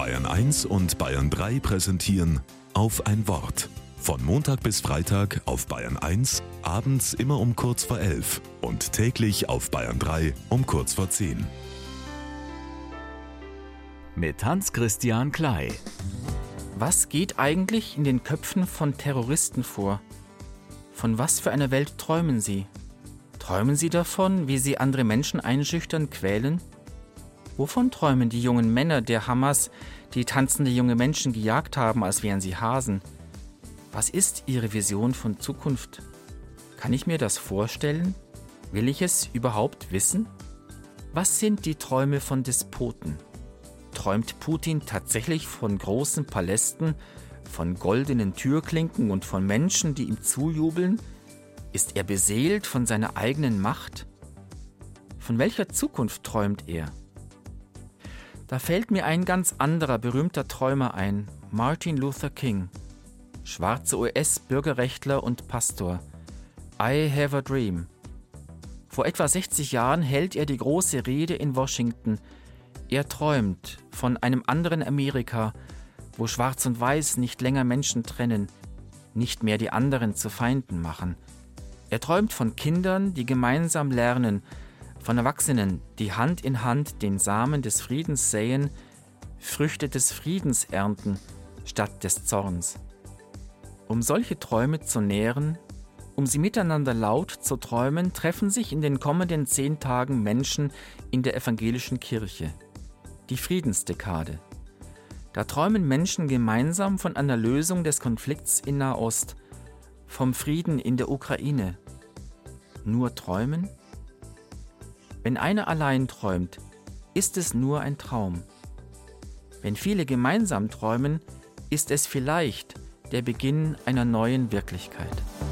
Bayern 1 und Bayern 3 präsentieren Auf ein Wort. Von Montag bis Freitag auf Bayern 1, abends immer um kurz vor 11 und täglich auf Bayern 3 um kurz vor 10. Mit Hans-Christian Klei. Was geht eigentlich in den Köpfen von Terroristen vor? Von was für einer Welt träumen sie? Träumen sie davon, wie sie andere Menschen einschüchtern, quälen? Wovon träumen die jungen Männer der Hamas, die tanzende junge Menschen gejagt haben, als wären sie Hasen? Was ist ihre Vision von Zukunft? Kann ich mir das vorstellen? Will ich es überhaupt wissen? Was sind die Träume von Despoten? Träumt Putin tatsächlich von großen Palästen, von goldenen Türklinken und von Menschen, die ihm zujubeln? Ist er beseelt von seiner eigenen Macht? Von welcher Zukunft träumt er? Da fällt mir ein ganz anderer berühmter Träumer ein, Martin Luther King, schwarzer US-Bürgerrechtler und Pastor. I have a dream. Vor etwa 60 Jahren hält er die große Rede in Washington. Er träumt von einem anderen Amerika, wo Schwarz und Weiß nicht länger Menschen trennen, nicht mehr die anderen zu Feinden machen. Er träumt von Kindern, die gemeinsam lernen, von Erwachsenen, die Hand in Hand den Samen des Friedens säen, Früchte des Friedens ernten, statt des Zorns. Um solche Träume zu nähren, um sie miteinander laut zu träumen, treffen sich in den kommenden 10 Tagen Menschen in der evangelischen Kirche. Die Friedensdekade. Da träumen Menschen gemeinsam von einer Lösung des Konflikts in Nahost, vom Frieden in der Ukraine. Nur träumen? Wenn einer allein träumt, ist es nur ein Traum. Wenn viele gemeinsam träumen, ist es vielleicht der Beginn einer neuen Wirklichkeit.